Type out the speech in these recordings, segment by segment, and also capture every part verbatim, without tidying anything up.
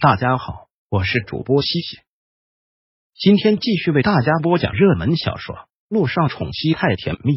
大家好，我是主播西西，今天继续为大家播讲热门小说《陆少宠妻太甜蜜》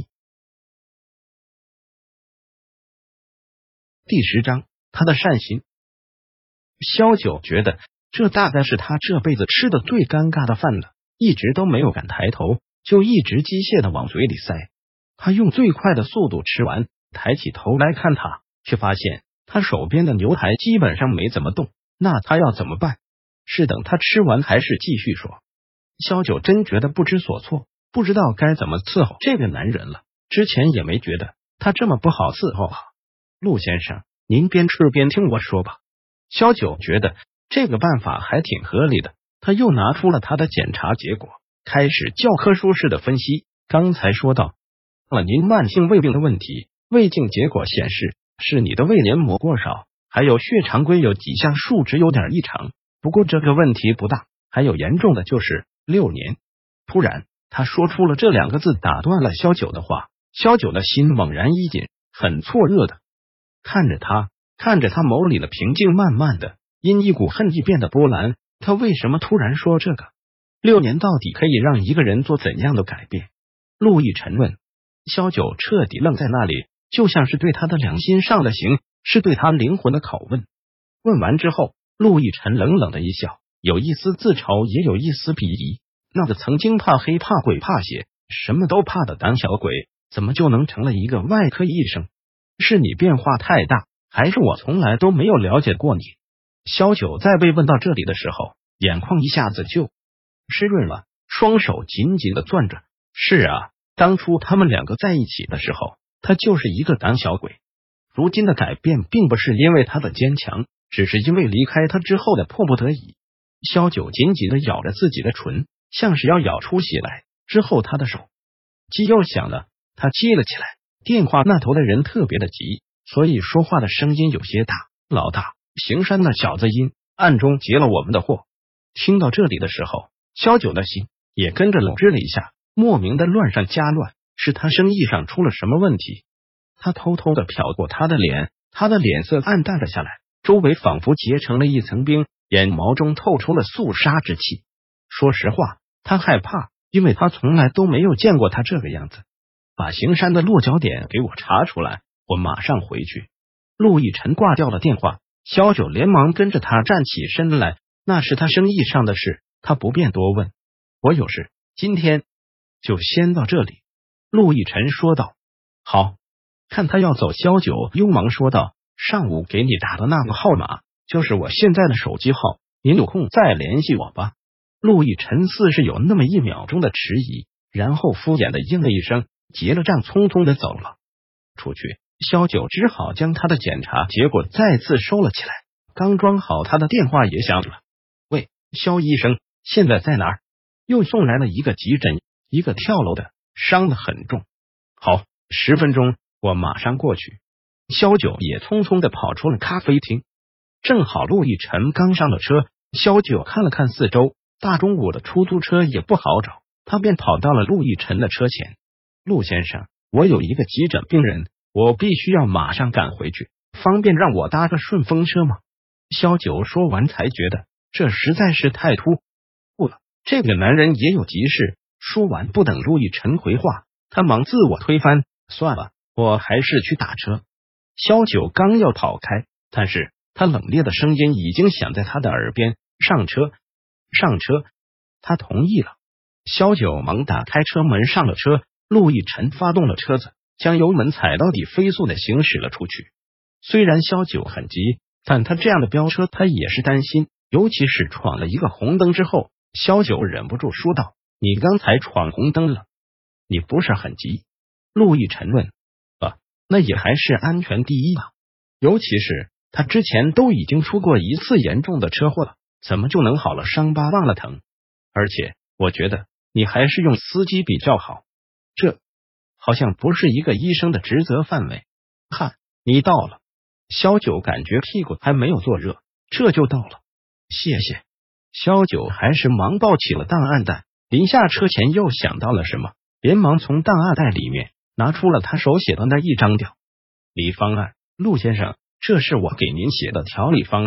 第十章，他的善心。萧九觉得这大概是他这辈子吃的最尴尬的饭了，一直都没有敢抬头，就一直机械的往嘴里塞。他用最快的速度吃完，抬起头来看他，却发现他手边的牛排基本上没怎么动。那他要怎么办？是等他吃完，还是继续说？萧九真觉得不知所措，不知道该怎么伺候这个男人了。之前也没觉得他这么不好伺候啊。陆先生，您边吃边听我说吧。萧九觉得这个办法还挺合理的，他又拿出了他的检查结果，开始教科书式的分析。刚才说到了您慢性胃病的问题，胃镜结果显示是你的胃黏膜过少，还有血常规有几项数值有点异常，不过这个问题不大，还有严重的就是六年。突然他说出了这两个字，打断了萧九的话。萧九的心猛然一紧，很错愕的看着他，看着他眸里的平静慢慢的因一股恨意变得波澜。他为什么突然说这个？六年到底可以让一个人做怎样的改变？陆毅沉问。萧九彻底愣在那里，就像是对他的良心上的刑，是对他灵魂的拷问。问完之后，陆毅辰冷冷的一笑，有一丝自嘲，也有一丝鄙夷。那个曾经怕黑怕鬼怕血什么都怕的胆小鬼，怎么就能成了一个外科医生？是你变化太大，还是我从来都没有了解过你？萧九在被问到这里的时候，眼眶一下子就湿润了，双手紧紧的攥着。是啊，当初他们两个在一起的时候，他就是一个胆小鬼。如今的改变并不是因为他的坚强，只是因为离开他之后的迫不得已。萧九紧紧的咬着自己的唇，像是要咬出血来。之后他的手机又响了，他接了起来。电话那头的人特别的急，所以说话的声音有些大。老大，邢山那小子因暗中劫了我们的货。听到这里的时候，萧九的心也跟着冷支了一下，莫名的乱上加乱，是他生意上出了什么问题？他偷偷的瞟过他的脸，他的脸色暗淡了下来，周围仿佛结成了一层冰，眼毛中透出了肃杀之气。说实话，他害怕，因为他从来都没有见过他这个样子。把邢山的落脚点给我查出来，我马上回去。陆毅辰挂掉了电话，萧九连忙跟着他站起身来，那是他生意上的事，他不便多问。我有事，今天就先到这里。陆毅辰说道。好。看他要走，萧九又忙说道，上午给你打的那个号码就是我现在的手机号，您有空再联系我吧。陆毅辰似是有那么一秒钟的迟疑，然后敷衍的应了一声，结了账匆匆的走了出去。萧九只好将他的检查结果再次收了起来。刚装好，他的电话也响了。喂，萧医生，现在在哪儿？又送来了一个急诊，一个跳楼的，伤得很重。好，十分钟我马上过去。萧九也匆匆的跑出了咖啡厅。正好陆毅辰刚上了车，萧九看了看四周，大中午的出租车也不好找，他便跑到了陆毅辰的车前。陆先生，我有一个急诊病人，我必须要马上赶回去，方便让我搭个顺风车吗？萧九说完才觉得这实在是太突兀了，这个男人也有急事。说完不等陆毅辰回话，他忙自我推翻，算了，我还是去打车。萧九刚要跑开，但是他冷冽的声音已经响在他的耳边，上车，上车。他同意了。萧九忙打开车门上了车，陆毅辰发动了车子，将油门踩到底，飞速的行驶了出去。虽然萧九很急，但他这样的飙车他也是担心，尤其是闯了一个红灯之后。萧九忍不住说道，你刚才闯红灯了，你不是很急？陆毅辰问。啊，那也还是安全第一啊，尤其是他之前都已经出过一次严重的车祸了，怎么就能好了伤疤忘了疼？而且我觉得你还是用司机比较好，这好像不是一个医生的职责范围。看，你到了。萧九感觉屁股还没有坐热，这就到了，谢谢。萧九还是忙抱起了档案袋，临下车前又想到了什么，连忙从档案袋里面拿出了他手写的那一张调理方案。陆先生，这是我给您写的调理方案，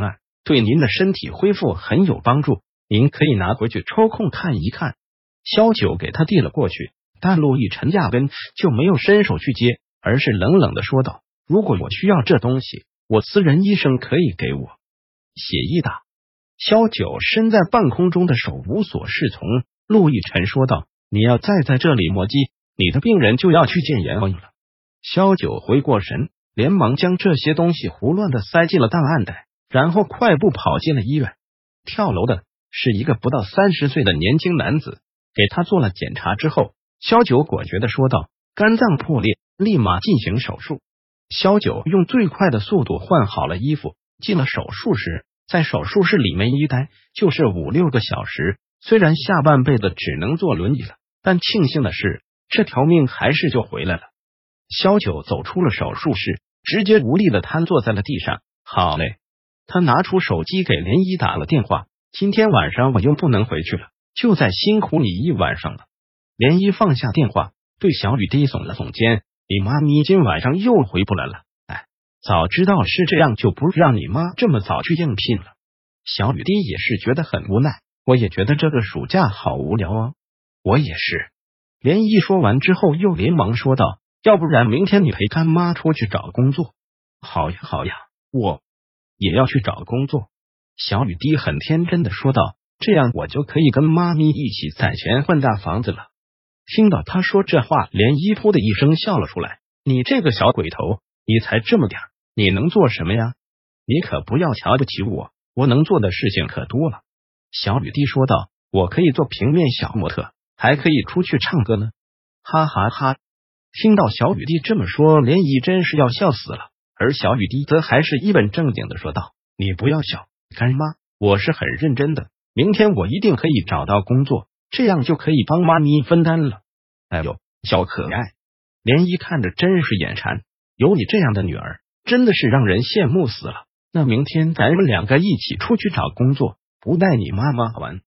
对您的身体恢复很有帮助，您可以拿回去抽空看一看。萧九给他递了过去，但陆亦辰压根就没有伸手去接，而是冷冷的说道：如果我需要这东西，我私人医生可以给我。血液打。萧九身在半空中的手无所适从，陆亦辰说道：你要再在这里磨叽，你的病人就要去见阎王了。萧九回过神，连忙将这些东西胡乱的塞进了档案袋，然后快步跑进了医院。跳楼的是一个不到三十岁的年轻男子，给他做了检查之后，萧九果决的说道：肝脏破裂，立马进行手术。萧九用最快的速度换好了衣服，进了手术室。在手术室里面一待就是五六个小时，虽然下半辈子只能坐轮椅了，但庆幸的是这条命还是救回来了。萧九走出了手术室，直接无力的瘫坐在了地上。好嘞，他拿出手机给连一打了电话，今天晚上我又不能回去了，就再辛苦你一晚上了。连一放下电话，对小雨滴耸了耸肩，你妈咪今晚上又回不来了。早知道是这样，就不让你妈这么早去应聘了。小雨滴也是觉得很无奈，我也觉得这个暑假好无聊啊。我也是。连一说完之后，又连忙说道：要不然明天你陪干妈出去找工作。好呀好呀，我也要去找工作。小雨滴很天真的说道：这样我就可以跟妈咪一起攒钱换大房子了。听到他说这话，连一噗的一声笑了出来：你这个小鬼头，你才这么点儿，你能做什么呀？你可不要瞧不起我，我能做的事情可多了。小雨滴说道：我可以做平面小模特，还可以出去唱歌呢。哈哈哈！听到小雨滴这么说，连姨真是要笑死了。而小雨滴则还是一本正经的说道：你不要笑，干妈，我是很认真的，明天我一定可以找到工作，这样就可以帮妈咪分担了。哎呦，小可爱！连姨看着真是眼馋，有你这样的女儿真的是让人羡慕死了。那明天咱们两个一起出去找工作，不带你妈妈玩。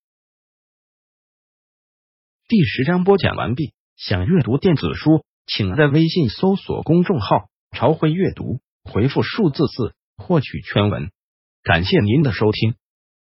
第十章播讲完毕。想阅读电子书，请在微信搜索公众号朝晖阅读，回复数字四获取全文。感谢您的收听。